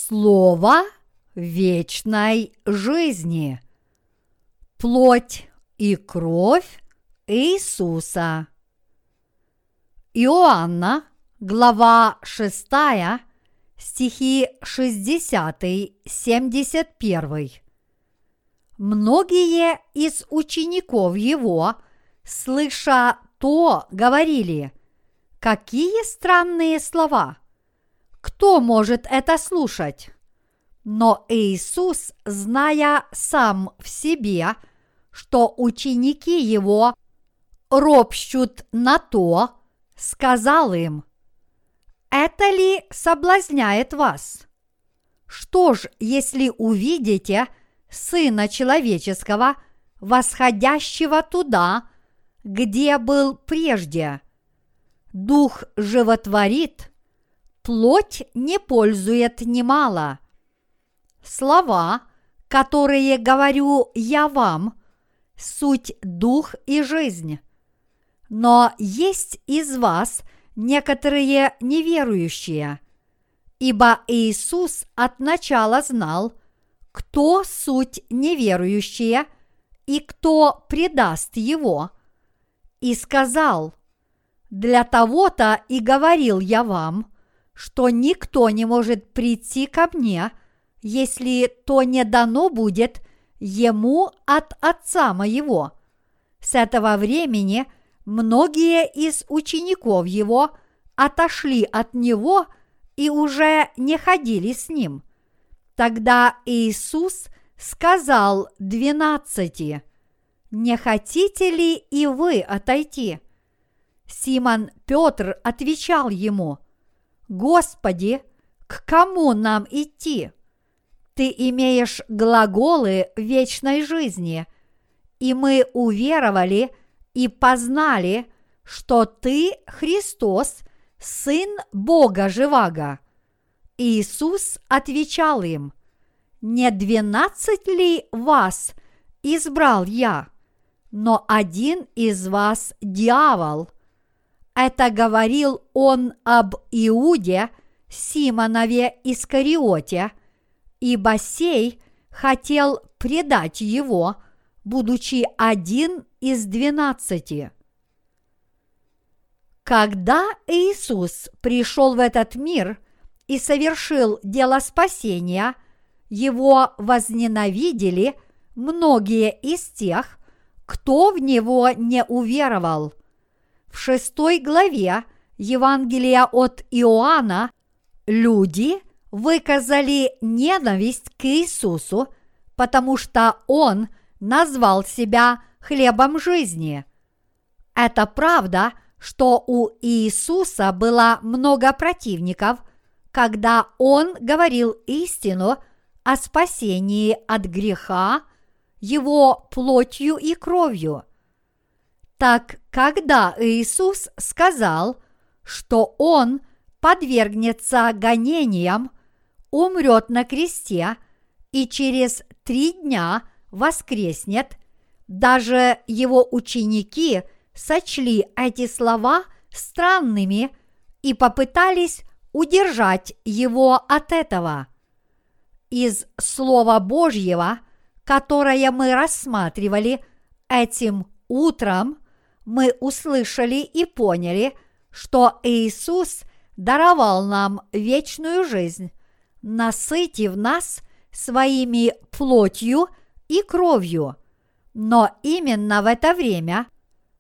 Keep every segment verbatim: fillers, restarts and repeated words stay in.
Слово вечной жизни. Плоть и кровь Иисуса. Иоанна, глава шестая, стихи шестьдесят-семьдесят один. Многие из учеников его, слыша то, говорили: «Какие странные слова! Кто может это слушать?» Но Иисус, зная сам в себе, что ученики его ропщут на то, сказал им: «Это ли соблазняет вас? Что ж, если увидите Сына Человеческого, восходящего туда, где был прежде? Дух животворит, плоть не пользует немало. Слова, которые говорю я вам, суть дух и жизнь. Но есть из вас некоторые неверующие, ибо Иисус от начала знал, кто суть неверующие и кто предаст его, и сказал: «Для того-то и говорил я вам, что никто не может прийти ко мне, если то не дано будет ему от Отца моего». С этого времени многие из учеников его отошли от него и уже не ходили с ним. Тогда Иисус сказал двенадцати: «Не хотите ли и вы отойти?» Симон Петр отвечал ему: «Господи, к кому нам идти? Ты имеешь глаголы вечной жизни, и мы уверовали и познали, что Ты Христос, Сын Бога Живаго». Иисус отвечал им: «Не двенадцать ли вас избрал я, но один из вас дьявол». Это говорил он об Иуде, Симонове Искариоте, ибо сей хотел предать его, будучи один из двенадцати. Когда Иисус пришел в этот мир и совершил дело спасения, его возненавидели многие из тех, кто в него не уверовал. В шестой главе Евангелия от Иоанна люди выказали ненависть к Иисусу, потому что Он назвал себя хлебом жизни. Это правда, что у Иисуса было много противников, когда Он говорил истину о спасении от греха Его плотью и кровью. Так, когда Иисус сказал, что Он подвергнется гонениям, умрет на кресте и через три дня воскреснет, даже его ученики сочли эти слова странными и попытались удержать его от этого. Из Слова Божьего, которое мы рассматривали этим утром, мы услышали и поняли, что Иисус даровал нам вечную жизнь, насытив нас своими плотью и кровью. Но именно в это время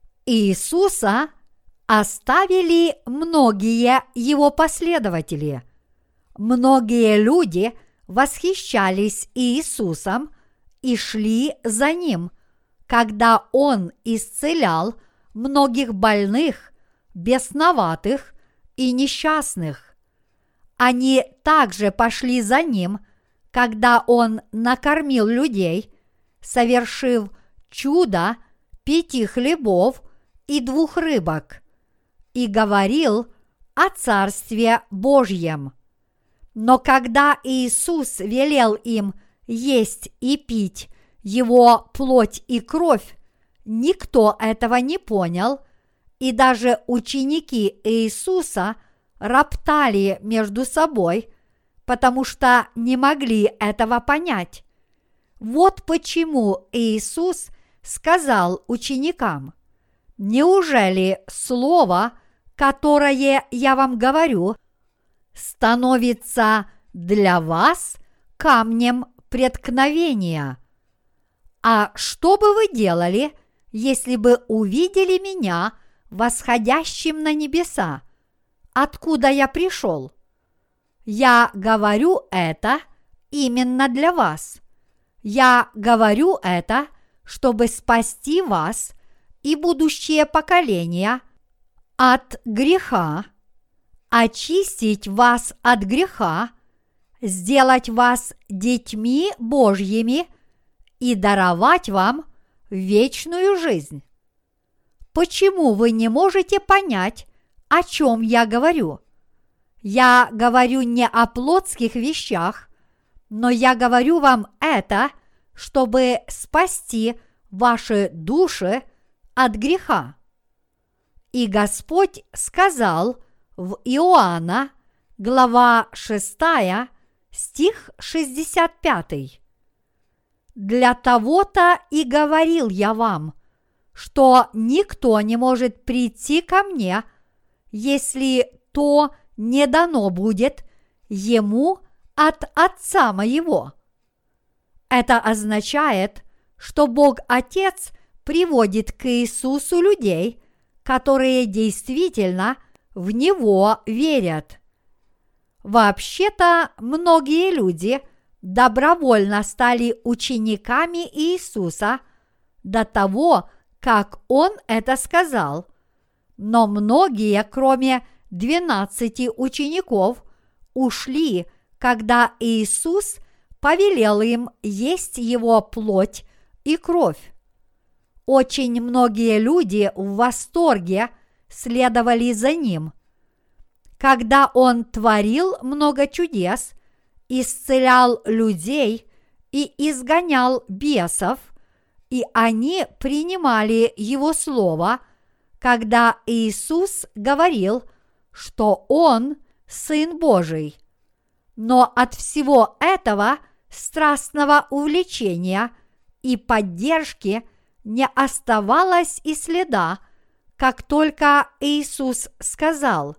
Иисуса оставили многие его последователи. Многие люди восхищались Иисусом и шли за Ним, когда Он исцелял многих больных, бесноватых и несчастных. Они также пошли за Ним, когда Он накормил людей, совершив чудо пяти хлебов и двух рыбок, и говорил о Царстве Божьем. Но когда Иисус велел им есть и пить Его плоть и кровь, никто этого не понял, и даже ученики Иисуса роптали между собой, потому что не могли этого понять. Вот почему Иисус сказал ученикам: «Неужели слово, которое я вам говорю, становится для вас камнем преткновения? А что бы вы делали, если бы увидели меня восходящим на небеса, откуда я пришел? Я говорю это именно для вас. Я говорю это, чтобы спасти вас и будущее поколения от греха, очистить вас от греха, сделать вас детьми Божьими и даровать вам вечную жизнь. Почему вы не можете понять, о чем я говорю? Я говорю не о плотских вещах, но я говорю вам это, чтобы спасти ваши души от греха». И Господь сказал в Иоанна, глава шестая, стих шестьдесят пятый: «Для того-то и говорил я вам, что никто не может прийти ко мне, если то не дано будет ему от Отца моего». Это означает, что Бог Отец приводит к Иисусу людей, которые действительно в Него верят. Вообще-то, многие люди добровольно стали учениками Иисуса до того, как Он это сказал, но многие, кроме двенадцати учеников, ушли, когда Иисус повелел им есть Его плоть и кровь. Очень многие люди в восторге следовали за Ним. Когда Он творил много чудес, исцелял людей и изгонял бесов, и они принимали Его Слово, когда Иисус говорил, что Он Сын Божий. Но от всего этого страстного увлечения и поддержки не оставалось и следа, как только Иисус сказал: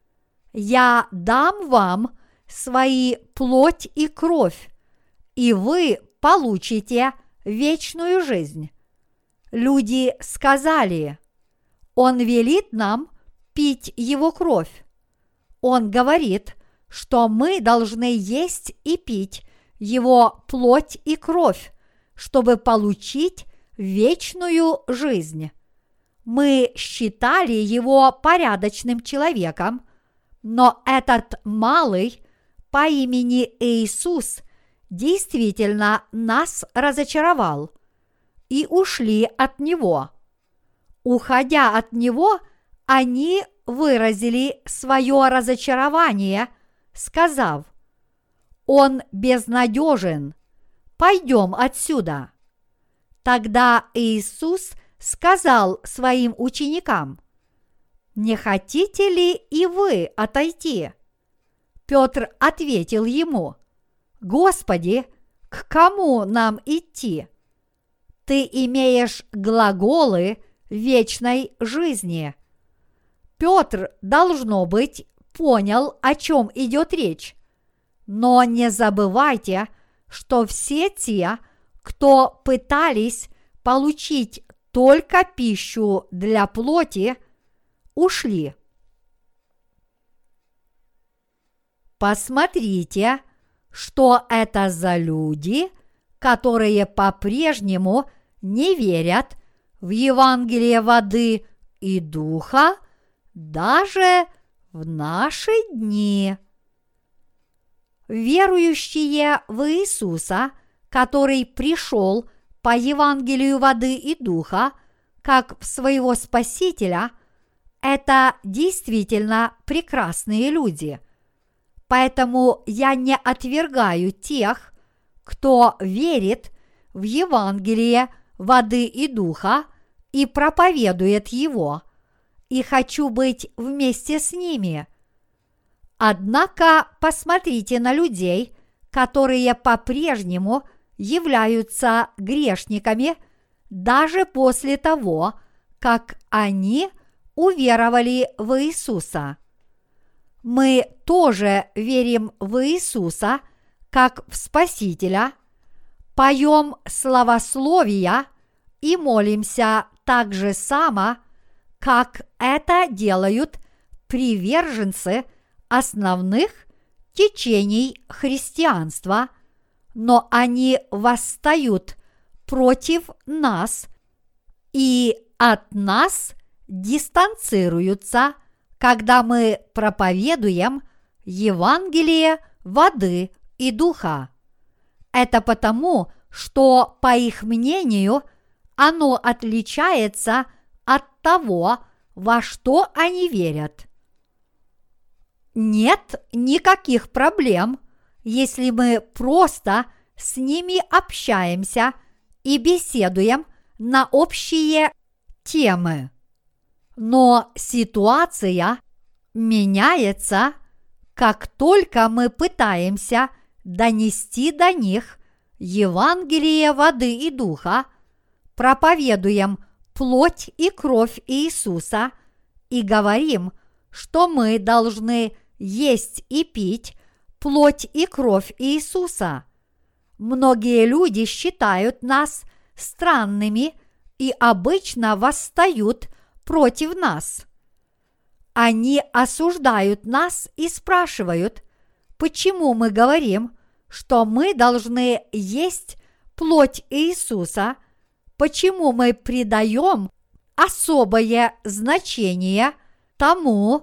«Я дам вам свои плоть и кровь, и вы получите вечную жизнь». Люди сказали: «Он велит нам пить Его кровь». Он говорит, что мы должны есть и пить Его плоть и кровь, чтобы получить вечную жизнь. Мы считали Его порядочным человеком, но этот малый по имени Иисус действительно нас разочаровал, и ушли от Него. Уходя от Него, они выразили свое разочарование, сказав: «Он безнадежен, пойдем отсюда». Тогда Иисус сказал своим ученикам: «Не хотите ли и вы отойти?» Петр ответил ему: «Господи, к кому нам идти? Ты имеешь глаголы вечной жизни». Петр, должно быть, понял, о чем идет речь. Но не забывайте, что все те, кто пытались получить только пищу для плоти, ушли. Посмотрите, что это за люди, которые по-прежнему не верят в Евангелие воды и духа даже в наши дни. Верующие в Иисуса, который пришел по Евангелию воды и духа, как в своего Спасителя, это действительно прекрасные люди. Поэтому я не отвергаю тех, кто верит в Евангелие воды и духа и проповедует его, и хочу быть вместе с ними. Однако посмотрите на людей, которые по-прежнему являются грешниками даже после того, как они уверовали в Иисуса. Мы тоже верим в Иисуса как в Спасителя, поем славословия и молимся так же само, как это делают приверженцы основных течений христианства, но они восстают против нас и от нас дистанцируются, когда мы проповедуем Евангелие воды и духа. Это потому, что, по их мнению, оно отличается от того, во что они верят. Нет никаких проблем, если мы просто с ними общаемся и беседуем на общие темы. Но ситуация меняется, как только мы пытаемся донести до них Евангелие воды и духа, проповедуем плоть и кровь Иисуса и говорим, что мы должны есть и пить плоть и кровь Иисуса. Многие люди считают нас странными и обычно восстают против нас. Они осуждают нас и спрашивают, почему мы говорим, что мы должны есть плоть Иисуса, почему мы придаем особое значение тому,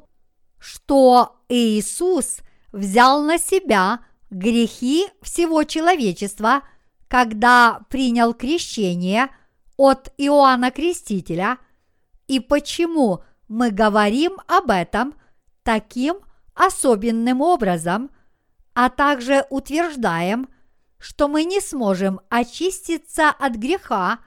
что Иисус взял на себя грехи всего человечества, когда принял крещение от Иоанна Крестителя, и почему мы говорим об этом таким особенным образом, а также утверждаем, что мы не сможем очиститься от греха,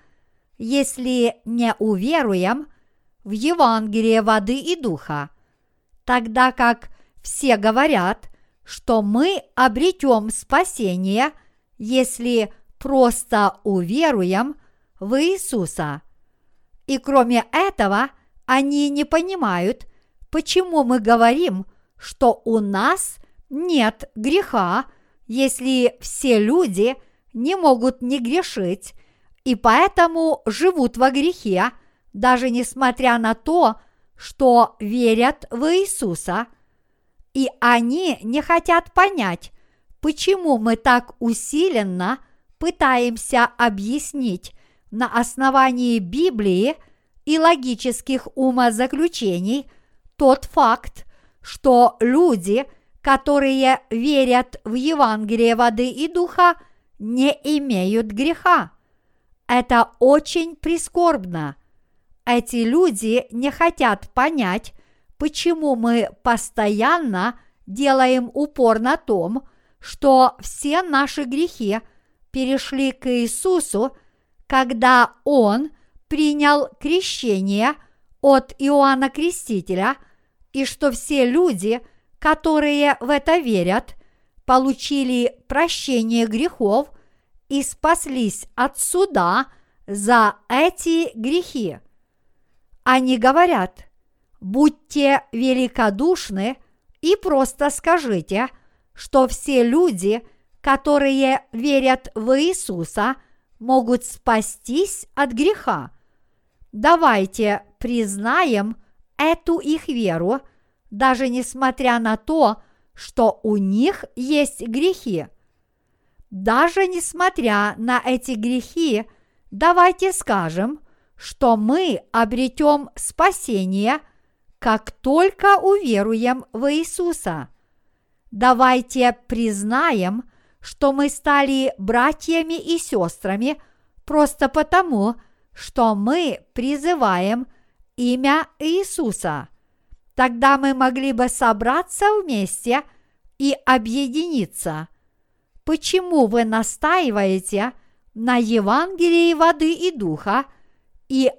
если не уверуем в Евангелие воды и духа, тогда как все говорят, что мы обретем спасение, если просто уверуем в Иисуса. И кроме этого, они не понимают, почему мы говорим, что у нас нет греха, если все люди не могут не грешить, и поэтому живут во грехе, даже несмотря на то, что верят в Иисуса. И они не хотят понять, почему мы так усиленно пытаемся объяснить на основании Библии и логических умозаключений тот факт, что люди, которые верят в Евангелие воды и духа, не имеют греха. Это очень прискорбно. Эти люди не хотят понять, почему мы постоянно делаем упор на том, что все наши грехи перешли к Иисусу, когда Он принял крещение от Иоанна Крестителя, и что все люди, которые в это верят, получили прощение грехов и спаслись от суда за эти грехи. Они говорят: будьте великодушны и просто скажите, что все люди, которые верят в Иисуса, могут спастись от греха. Давайте признаем эту их веру, даже несмотря на то, что у них есть грехи. Даже несмотря на эти грехи, давайте скажем, что мы обретем спасение, как только уверуем в Иисуса. Давайте признаем, что мы стали братьями и сестрами просто потому, что мы призываем имя Иисуса. Тогда мы могли бы собраться вместе и объединиться. Почему вы настаиваете на Евангелии воды и духа и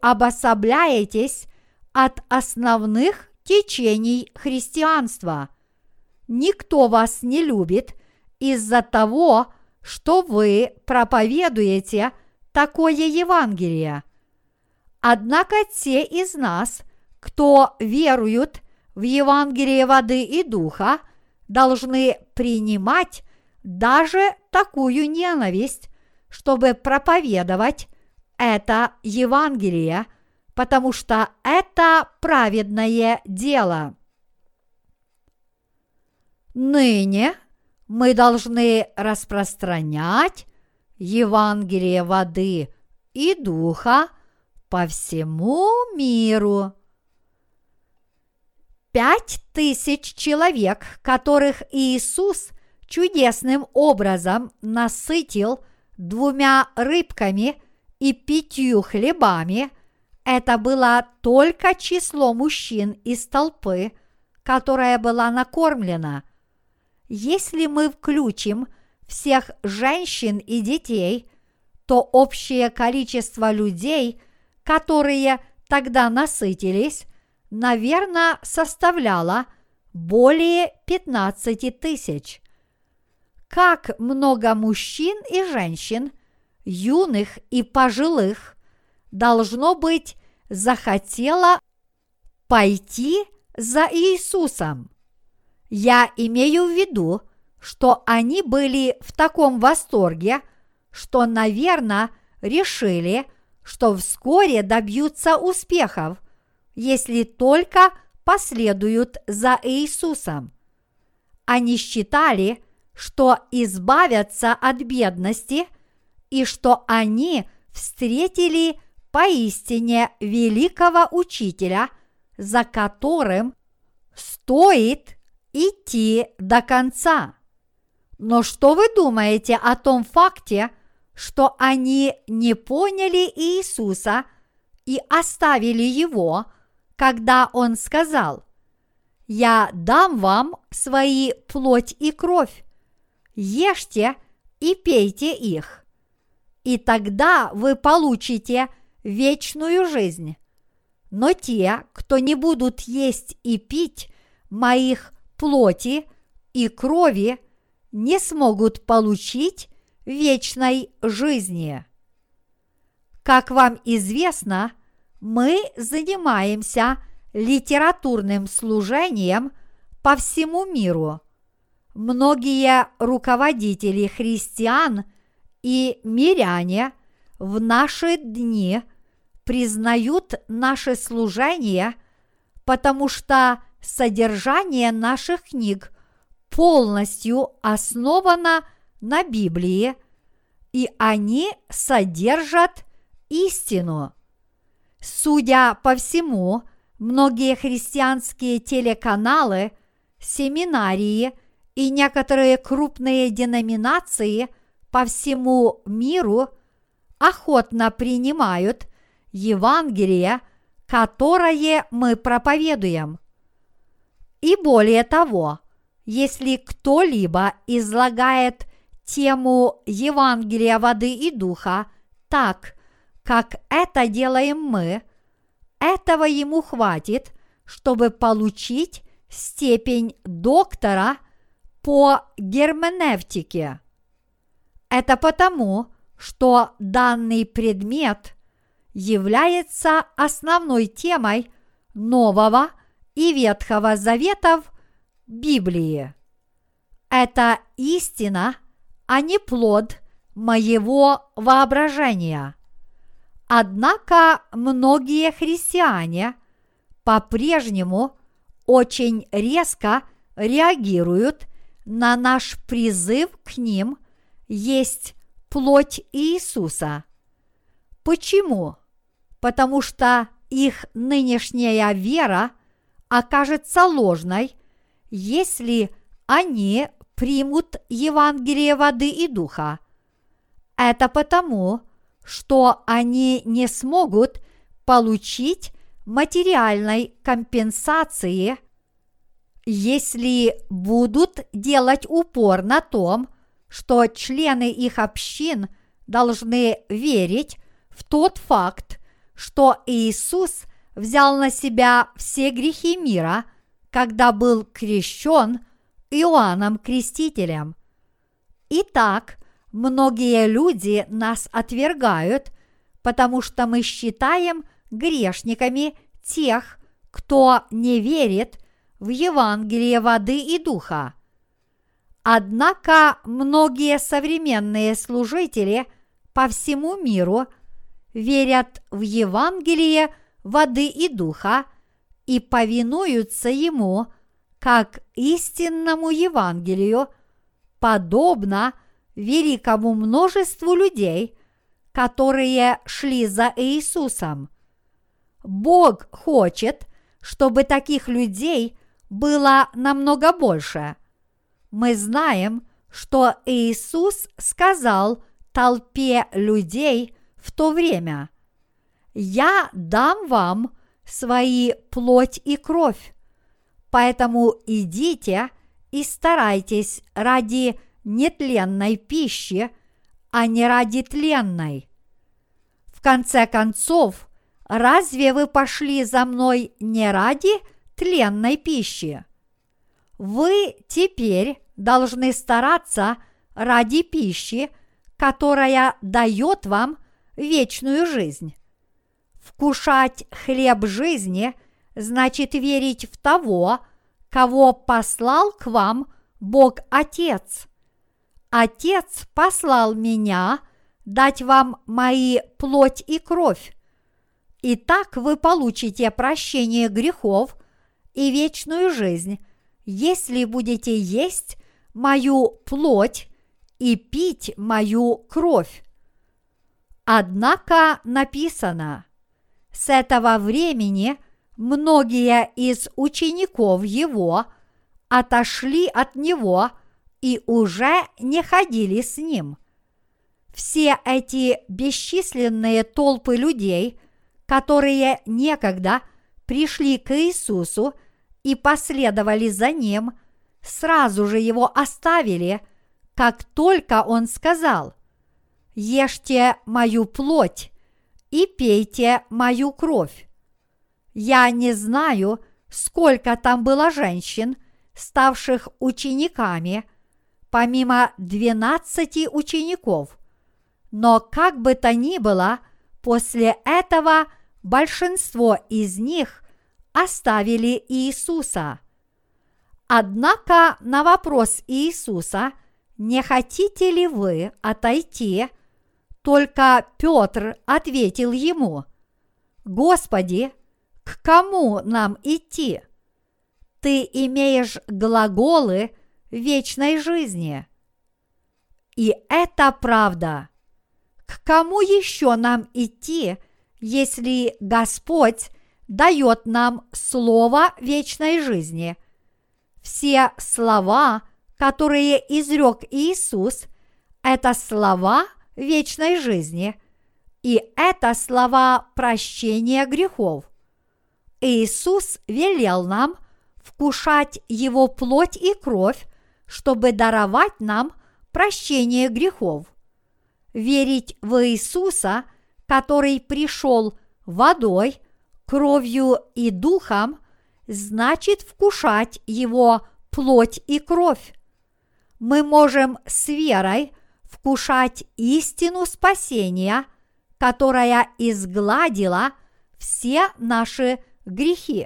обособляетесь от основных течений христианства? никто вас не любит из-за того, что вы проповедуете такое Евангелие. Однако те из нас, кто веруют в Евангелие воды и духа, должны принимать даже такую ненависть, чтобы проповедовать это Евангелие, потому что это праведное дело. Ныне мы должны распространять Евангелие воды и духа по всему миру. Пять тысяч человек, которых Иисус чудесным образом насытил двумя рыбками и пятью хлебами, это было только число мужчин из толпы, которая была накормлена. Если мы включим всех женщин и детей, то общее количество людей, которые тогда насытились, наверное, составляло более пятнадцати тысяч. Как много мужчин и женщин, юных и пожилых, должно быть, захотело пойти за Иисусом. Я имею в виду, что они были в таком восторге, что, наверное, решили, что вскоре добьются успехов, если только последуют за Иисусом. Они считали, что избавятся от бедности и что они встретили поистине великого учителя, за которым стоит идти до конца. Но что вы думаете о том факте, что они не поняли Иисуса и оставили Его, когда Он сказал: «Я дам вам свои плоть и кровь, ешьте и пейте их, и тогда вы получите вечную жизнь. Но те, кто не будут есть и пить моих плоти и крови, не смогут получить вечной жизни». Как вам известно, мы занимаемся литературным служением по всему миру. Многие руководители христиан и миряне в наши дни признают наше служение, потому что содержание наших книг полностью основано на Библии, и они содержат истину. Судя по всему, многие христианские телеканалы, семинарии и некоторые крупные деноминации по всему миру охотно принимают Евангелие, которое мы проповедуем. И более того, если кто-либо излагает тему Евангелия воды и духа так, как это делаем мы, этого ему хватит, чтобы получить степень доктора по герменевтике. Это потому, что данный предмет является основной темой Нового и Ветхого Заветов Библии. Это истина, а не плод моего воображения. Однако многие христиане по-прежнему очень резко реагируют на наш призыв к ним есть плоть Иисуса. Почему? Потому что их нынешняя вера окажется ложной, если они примут Евангелие воды и духа. Это потому, что они не смогут получить материальной компенсации, если будут делать упор на том, что члены их общин должны верить в тот факт, что Иисус взял на себя все грехи мира, когда был крещен Иоанном Крестителем. Итак, многие люди нас отвергают, потому что мы считаем грешниками тех, кто не верит в Евангелие воды и духа. Однако многие современные служители по всему миру верят в Евангелие воды и духа и повинуются ему как истинному Евангелию, подобно великому множеству людей, которые шли за Иисусом. Бог хочет, чтобы таких людей было намного больше. Мы знаем, что Иисус сказал толпе людей в то время: «Я дам вам свои плоть и кровь, поэтому идите и старайтесь ради нетленной пищи, а не ради тленной». В конце концов, разве вы пошли за мной не ради тленной пищи? Вы теперь должны стараться ради пищи, которая дает вам вечную жизнь. Вкушать хлеб жизни значит верить в того, кого послал к вам Бог Отец. Отец послал меня дать вам мои плоть и кровь. И так вы получите прощение грехов и вечную жизнь, если будете есть мою плоть и пить мою кровь. Однако написано: с этого времени многие из учеников его отошли от него и уже не ходили с ним. Все эти бесчисленные толпы людей, которые некогда пришли к Иисусу и последовали за ним, сразу же его оставили, как только он сказал: «Ешьте мою плоть и пейте мою кровь». Я не знаю, сколько там было женщин, ставших учениками, помимо двенадцати учеников, но как бы то ни было, после этого большинство из них оставили Иисуса. Однако на вопрос Иисуса: «Не хотите ли вы отойти?» только Петр ответил ему: «Господи, к кому нам идти? Ты имеешь глаголы вечной жизни». И это правда. К кому еще нам идти, если Господь дает нам слово вечной жизни? Все слова, которые изрек Иисус, это слова вечной жизни, и это слова прощения грехов. Иисус велел нам вкушать Его плоть и кровь, чтобы даровать нам прощение грехов. Верить в Иисуса, который пришел водой, кровью и духом, значит вкушать Его плоть и кровь. Мы можем с верой вкушать истину спасения, которая изгладила все наши грехи.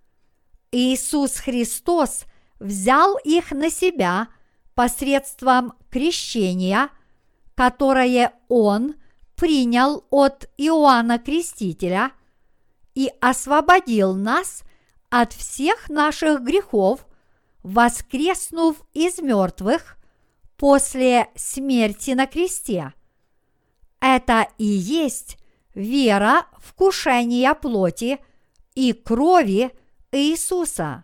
Иисус Христос взял их на себя посредством крещения, которое Он принял от Иоанна Крестителя, и освободил нас от всех наших грехов, воскреснув из мертвых после смерти на кресте. Это и есть вера вкушения плоти и крови Иисуса.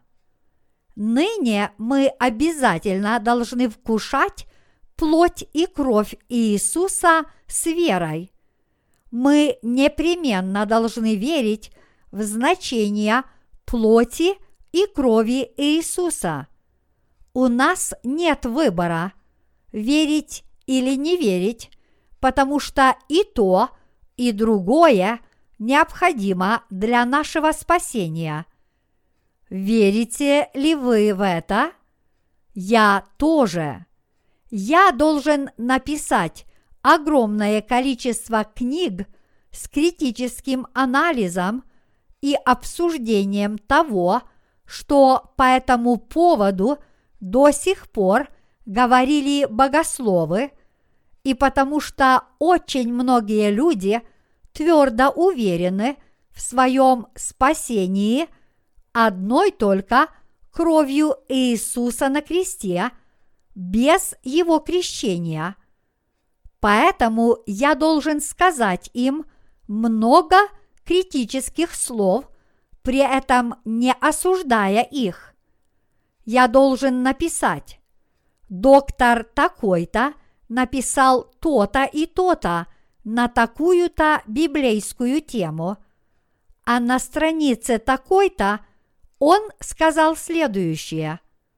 Ныне мы обязательно должны вкушать плоть и кровь Иисуса с верой. Мы непременно должны верить в значение плоти и крови Иисуса. У нас нет выбора – верить или не верить, потому что и то, и другое необходимо для нашего спасения. Верите ли вы в это? я тоже. Я должен написать огромное количество книг с критическим анализом и обсуждением того, что по этому поводу до сих пор говорили богословы, и потому что очень многие люди твердо уверены в своем спасении одной только кровью Иисуса на кресте, без его крещения. Поэтому я должен сказать им много критических слов, при этом не осуждая их. Я должен написать: доктор такой-то написал то-то и то-то на такую-то библейскую тему, а на странице такой-то он сказал следующее.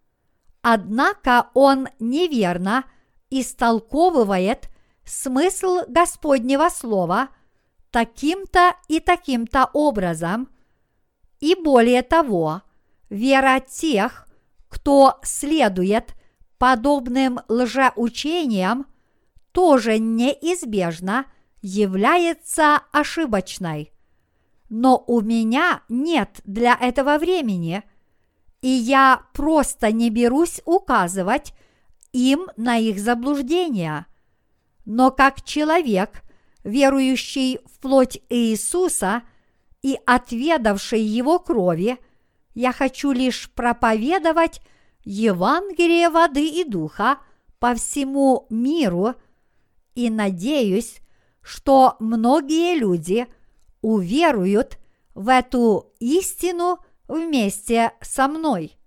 Однако он неверно истолковывает смысл Господнего Слова таким-то и таким-то образом, и более того, вера тех, кто следует подобным лжеучениям, тоже неизбежно является ошибочной. Но у меня нет для этого времени, и я просто не берусь указывать им на их заблуждения. Но как человек, верующий в плоть Иисуса и отведавший Его крови, я хочу лишь проповедовать Евангелие воды и духа по всему миру и надеюсь, что многие люди уверуют в эту истину вместе со мной.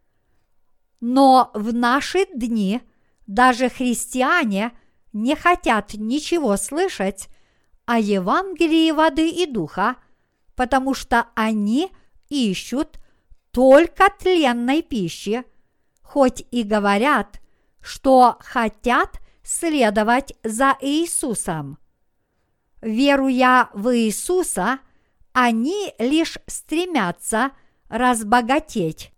Но в наши дни даже христиане не хотят ничего слышать о Евангелии воды и духа, потому что они ищут только тленной пищи, хоть и говорят, что хотят следовать за Иисусом. Веруя в Иисуса, они лишь стремятся разбогатеть,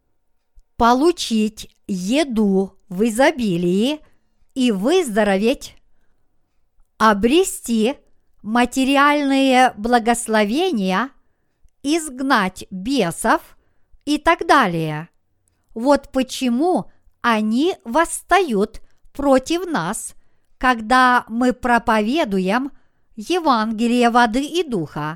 получить еду в изобилии и выздороветь, обрести материальные благословения, изгнать бесов и так далее. Вот почему они восстают против нас, когда мы проповедуем Евангелие воды и духа.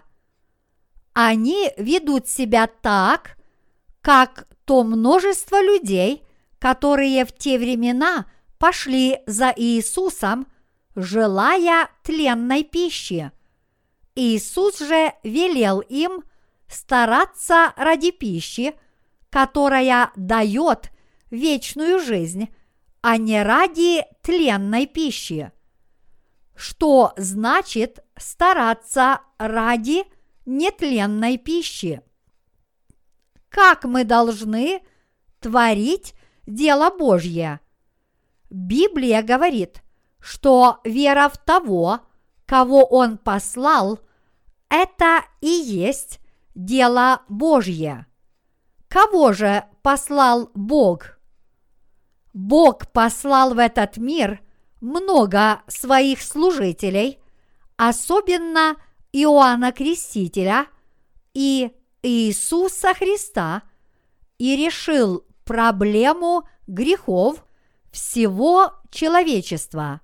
Они ведут себя так, как то множество людей, которые в те времена пошли за Иисусом, желая тленной пищи. Иисус же велел им стараться ради пищи, которая дает вечную жизнь, а не ради тленной пищи. Что значит стараться ради нетленной пищи? Как мы должны творить дело Божье? Библия говорит, что вера в того, кого Он послал, это и есть дело Божье. Кого же послал Бог? Бог послал в этот мир много своих служителей, особенно Иоанна Крестителя и Иисуса Христа, и решил проблему грехов всего человечества.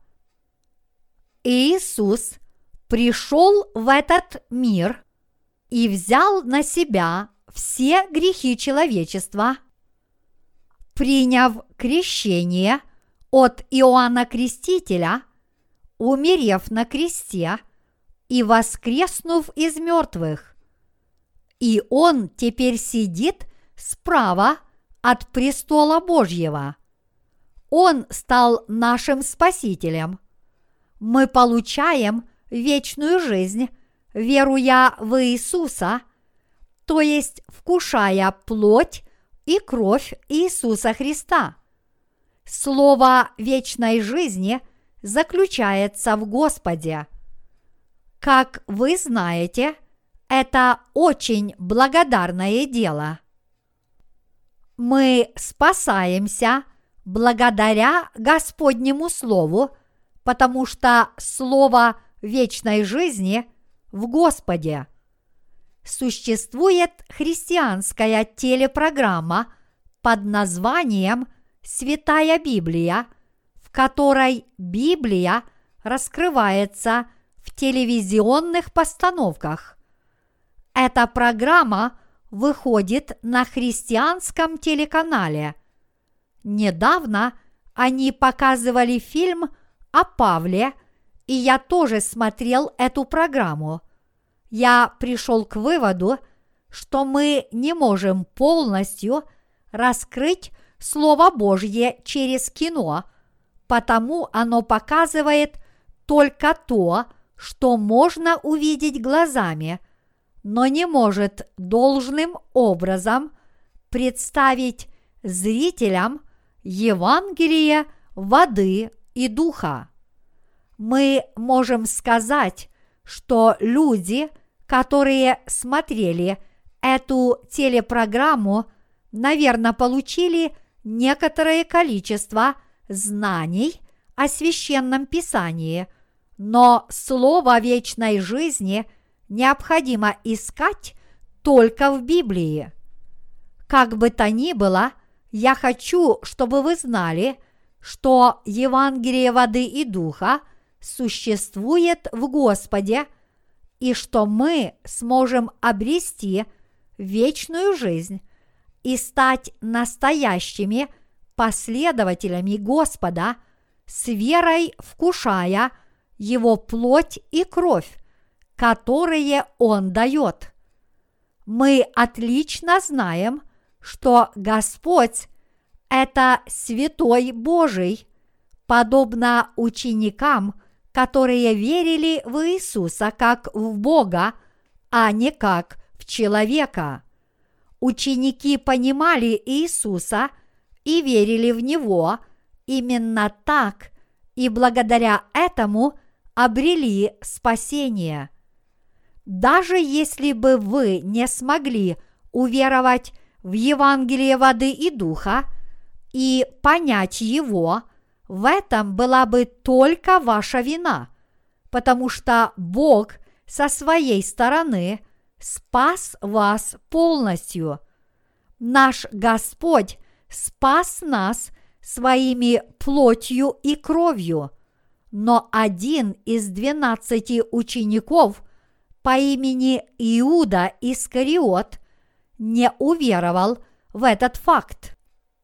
Иисус пришел в этот мир и взял на себя все грехи человечества, приняв крещение от Иоанна Крестителя, умерев на кресте и воскреснув из мертвых. И Он теперь сидит справа от престола Божьего. Он стал нашим Спасителем. Мы получаем вечную жизнь, веруя в Иисуса, то есть вкушая плоть и кровь Иисуса Христа. Слово вечной жизни заключается в Господе. Как вы знаете, это очень благодарное дело. Мы спасаемся благодаря Господнему Слову, потому что Слово вечной жизни в Господе. Существует христианская телепрограмма под названием «Святая Библия», в которой Библия раскрывается в телевизионных постановках. Эта программа выходит на христианском телеканале. Недавно они показывали фильм о Павле, и я тоже смотрел эту программу. Я пришел к выводу, что мы не можем полностью раскрыть Слово Божье через кино, потому оно показывает только то, что можно увидеть глазами, но не может должным образом представить зрителям Евангелие воды и духа. Мы можем сказать, что люди, которые смотрели эту телепрограмму, наверное, получили некоторое количество знаний о священном писании, но слово вечной жизни необходимо искать только в Библии. Как бы то ни было, я хочу, чтобы вы знали, что Евангелие воды и духа существует в Господе, и что мы сможем обрести вечную жизнь и стать настоящими последователями Господа, с верой вкушая Его плоть и кровь, которые Он дает. Мы отлично знаем, что Господь – это Святой Божий, подобно ученикам, которые верили в Иисуса как в Бога, а не как в человека. Ученики понимали Иисуса и верили в Него именно так, и благодаря этому обрели спасение. Даже если бы вы не смогли уверовать в Евангелие воды и духа и понять его, в этом была бы только ваша вина, потому что Бог со своей стороны спас вас полностью. Наш Господь спас нас своими плотью и кровью, но один из двенадцати учеников по имени Иуда Искариот не уверовал в этот факт.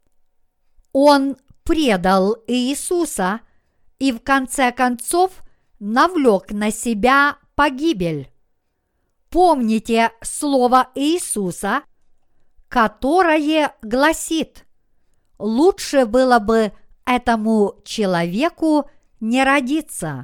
Он предал Иисуса и в конце концов навлек на себя погибель. Помните слово Иисуса, которое гласит: «Лучше было бы этому человеку не родиться».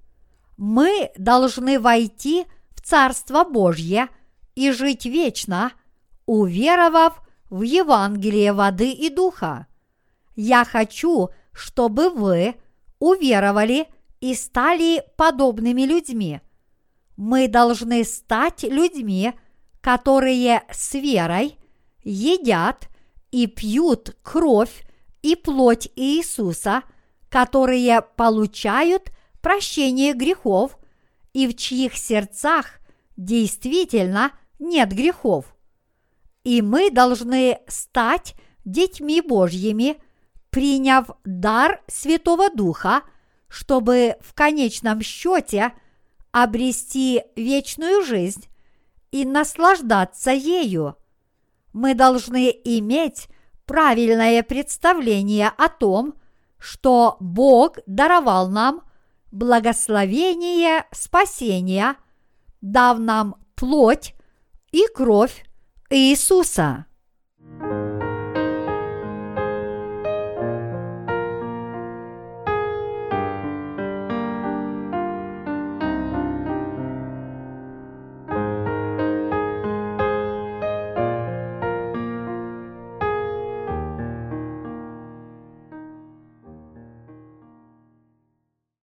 Мы должны войти в Царство Божье и жить вечно, уверовав в Евангелие воды и духа. Я хочу, чтобы вы уверовали и стали подобными людьми. Мы должны стать людьми, которые с верой едят и пьют кровь и плоть Иисуса, которые получают прощение грехов и в чьих сердцах действительно нет грехов. И мы должны стать детьми Божьими, приняв дар Святого Духа, чтобы в конечном счете обрести вечную жизнь и наслаждаться ею. Мы должны иметь правильное представление о том, что Бог даровал нам благословение спасения, дав нам плоть и кровь Иисуса.